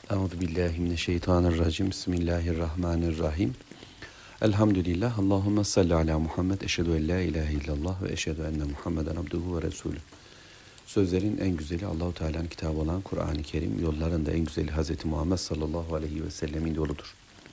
Euzubillahimineşşeytanirracim. Bismillahirrahmanirrahim. Elhamdülillah. Allahümme salli ala Muhammed. Eşhedü en la ilahe illallah ve eşhedü enne Muhammeden abduhu ve resulü. Sözlerin en güzeli Allahu Teala'nın kitabı olan Kur'an-ı Kerim, yolların da en güzeli Hz. Muhammed sallallahu aleyhi ve sellemin yoludur.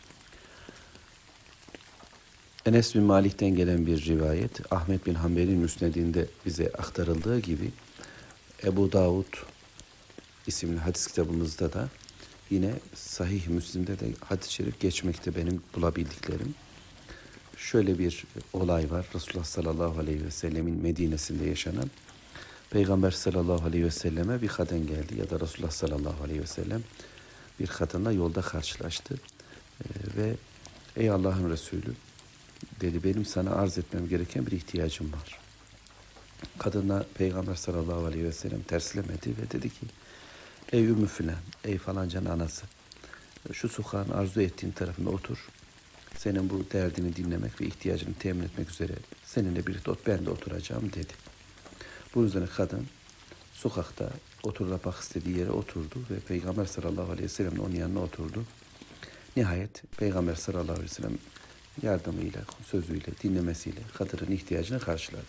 Enes bin Malik'ten gelen bir rivayet, Ahmet bin Hanbel'in müsnedinde bize aktarıldığı gibi, Ebu Davud isimli hadis kitabımızda da yine Sahih Müslim'de de hadis-i şerif geçmekte benim bulabildiklerim. Şöyle bir olay var. Resulullah sallallahu aleyhi ve sellemin Medine'sinde yaşanan. Peygamber sallallahu aleyhi ve selleme bir kadın geldi ya da Resulullah sallallahu aleyhi ve sellem bir kadınla yolda karşılaştı. Ve ey Allah'ın Resulü dedi, benim sana arz etmem gereken bir ihtiyacım var. Kadına Peygamber sallallahu aleyhi ve sellem terslemedi ve dedi ki, ey Ümmü Fülen, ey falancanın anası, şu sokağın arzu ettiğin tarafına otur. Senin bu derdini dinlemek ve ihtiyacını temin etmek üzere seninle birlikte ben de oturacağım dedi. Bu yüzden kadın sokakta oturmak istediği yere oturdu ve Peygamber sallallahu aleyhi ve sellem onun yanına oturdu. Nihayet Peygamber sallallahu aleyhi ve sellem yardımıyla, sözüyle, dinlemesiyle kadının ihtiyacını karşıladı.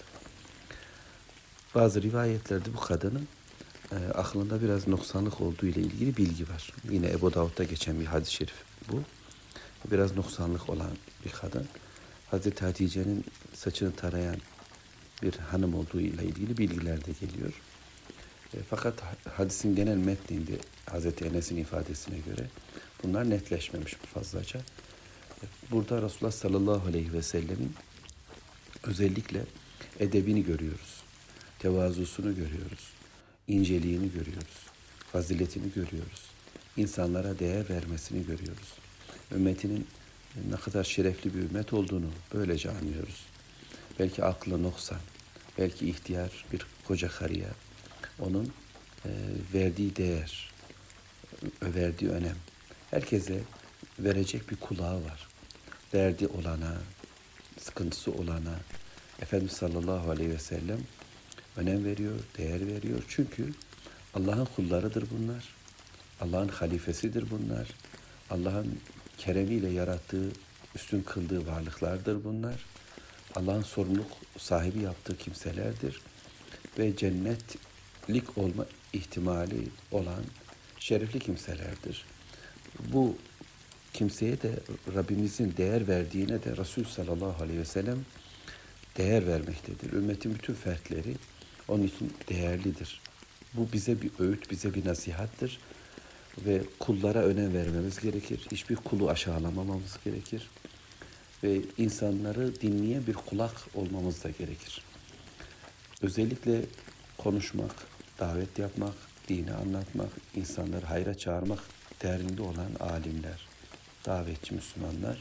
Bazı rivayetlerde bu kadının aklında biraz noksanlık olduğu ile ilgili bilgi var. Yine Ebu Davud'da geçen bir hadis-i şerif bu. Biraz noksanlık olan bir kadın. Hazreti Hatice'nin saçını tarayan bir hanım olduğu ile ilgili bilgiler de geliyor. Fakat hadisin genel metninde Hazreti Enes'in ifadesine göre bunlar netleşmemiş fazlaca. Burada Resulullah sallallahu aleyhi ve sellemin özellikle edebini görüyoruz. Tevazusunu görüyoruz. İnceliğini görüyoruz. Faziletini görüyoruz. İnsanlara değer vermesini görüyoruz. Ümmetinin ne kadar şerefli bir ümmet olduğunu böylece anlıyoruz. Belki aklı noksan, belki ihtiyar bir koca karıya onun verdiği değer, verdiği önem, herkese verecek bir kulağı var. Derdi olana, sıkıntısı olana Efendimiz sallallahu aleyhi ve sellem önem veriyor, değer veriyor. Çünkü Allah'ın kullarıdır bunlar. Allah'ın halifesidir bunlar. Allah'ın keremiyle yarattığı, üstün kıldığı varlıklardır bunlar. Allah'ın sorumluluk sahibi yaptığı kimselerdir. Ve cennetlik olma ihtimali olan şerefli kimselerdir. Bu kimseye de Rabbimizin değer verdiğine de Resul sallallahu aleyhi ve sellem değer vermektedir. Ümmetin bütün fertleri onun için değerlidir. Bu bize bir öğüt, bize bir nasihattır. Ve kullara önem vermemiz gerekir. Hiçbir kulu aşağılamamamız gerekir. Ve insanları dinleyen bir kulak olmamız da gerekir. Özellikle konuşmak, davet yapmak, dini anlatmak, insanları hayra çağırmak derdinde olan alimler, davetçi Müslümanlar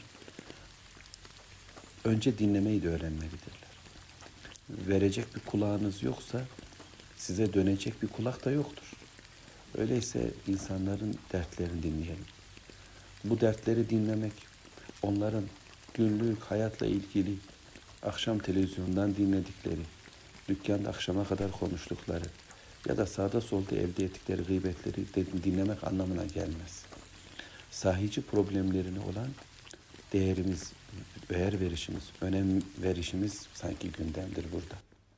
önce dinlemeyi de öğrenmelidirler. Verecek bir kulağınız yoksa size dönecek bir kulak da yoktur. Öyleyse insanların dertlerini dinleyelim. Bu dertleri dinlemek, onların günlük hayatla ilgili akşam televizyondan dinledikleri, dükkanda akşama kadar konuştukları ya da sağda solda elde ettikleri gıybetleri dinlemek anlamına gelmez. Sahici problemlerini olan değerimiz, değer verişimiz, önem verişimiz sanki gündemdir burada.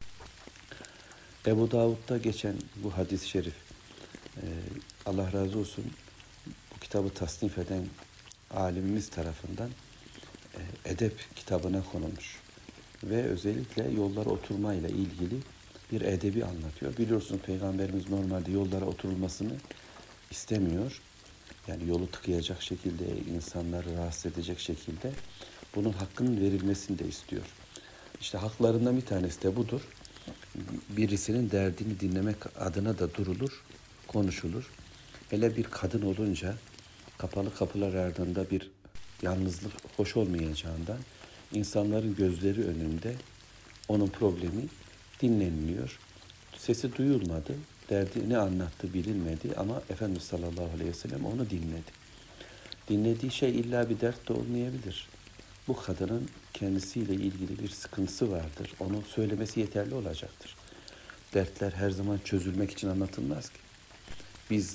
Ebu Davud'da geçen bu hadis-i şerif, Allah razı olsun, bu kitabı tasnif eden alimimiz tarafından edep kitabına konulmuş. Ve özellikle yollara oturmayla ilgili bir edebi anlatıyor. Biliyorsunuz Peygamberimiz normalde yollara oturulmasını istemiyor. Yani yolu tıkayacak şekilde, insanları rahatsız edecek şekilde bunun hakkının verilmesini de istiyor. İşte haklarından bir tanesi de budur. Birisinin derdini dinlemek adına da durulur, konuşulur. Hele bir kadın olunca kapalı kapılar ardında bir yalnızlık hoş olmayacağından insanların gözleri önünde onun problemi dinleniliyor. Sesi duyulmadı, derdi ne anlattı bilinmedi ama Efendimiz sallallahu aleyhi ve sellem onu dinledi. Dinlediği şey illa bir dert de olmayabilir. Bu kadının kendisiyle ilgili bir sıkıntısı vardır. Onu söylemesi yeterli olacaktır. Dertler her zaman çözülmek için anlatılmaz ki. Biz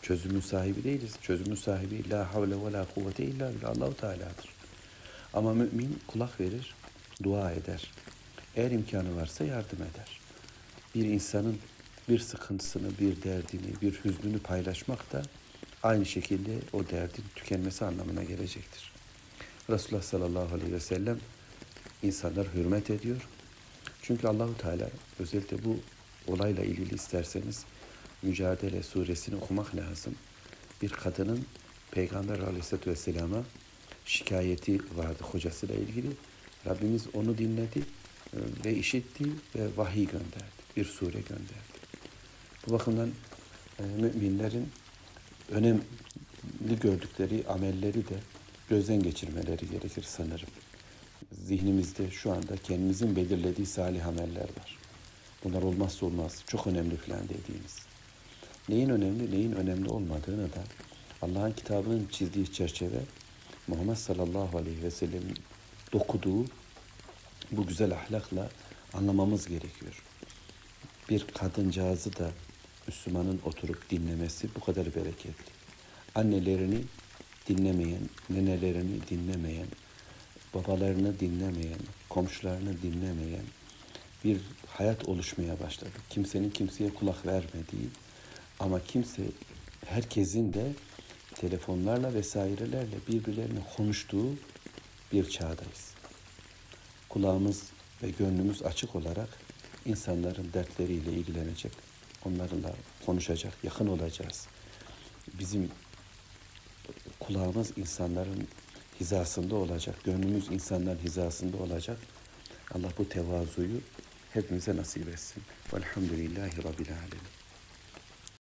Çözümün sahibi değiliz. Çözümün sahibi la havle ve la kuvvete illa billah Allahu Teala'dır. Ama mümin kulak verir, dua eder. Eğer imkanı varsa yardım eder. Bir insanın bir sıkıntısını, bir derdini, bir hüznünü paylaşmak da aynı şekilde o derdin tükenmesi anlamına gelecektir. Resulullah sallallahu aleyhi ve sellem insanlar hürmet ediyor. Çünkü Allahu Teala özellikle bu olayla ilgili isterseniz Mücadele suresini okumak lazım. Bir kadının Peygamber aleyhissalatü vesselama şikayeti vardı kocasıyla ilgili. Rabbimiz onu dinledi ve işitti ve vahiy gönderdi. Bir sure gönderdi. Bu bakımdan müminlerin önemli gördükleri amelleri de gözden geçirmeleri gerekir sanırım. Zihnimizde şu anda kendimizin belirlediği salih ameller var. Bunlar olmazsa olmaz, çok önemli falan dediğimiz. Neyin önemli, neyin önemli olmadığını da Allah'ın kitabının çizdiği çerçeve Muhammed sallallahu aleyhi ve sellem'in dokuduğu bu güzel ahlakla anlamamız gerekiyor. Bir kadıncağızı da Müslümanın oturup dinlemesi bu kadar bereketli. Annelerini dinlemeyen, nenelerini dinlemeyen, babalarını dinlemeyen, komşularını dinlemeyen bir hayat oluşmaya başladı. Kimsenin kimseye kulak vermediği ama herkesin de telefonlarla vesairelerle birbirlerine konuştuğu bir çağdayız. Kulağımız ve gönlümüz açık olarak insanların dertleriyle ilgilenecek, onlarla konuşacak, yakın olacağız. Bizim kulağımız insanların hizasında olacak, gönlümüz insanların hizasında olacak. Allah bu tevazuyu hepimize nasip etsin. Velhamdülillahi Rabbil Alemin.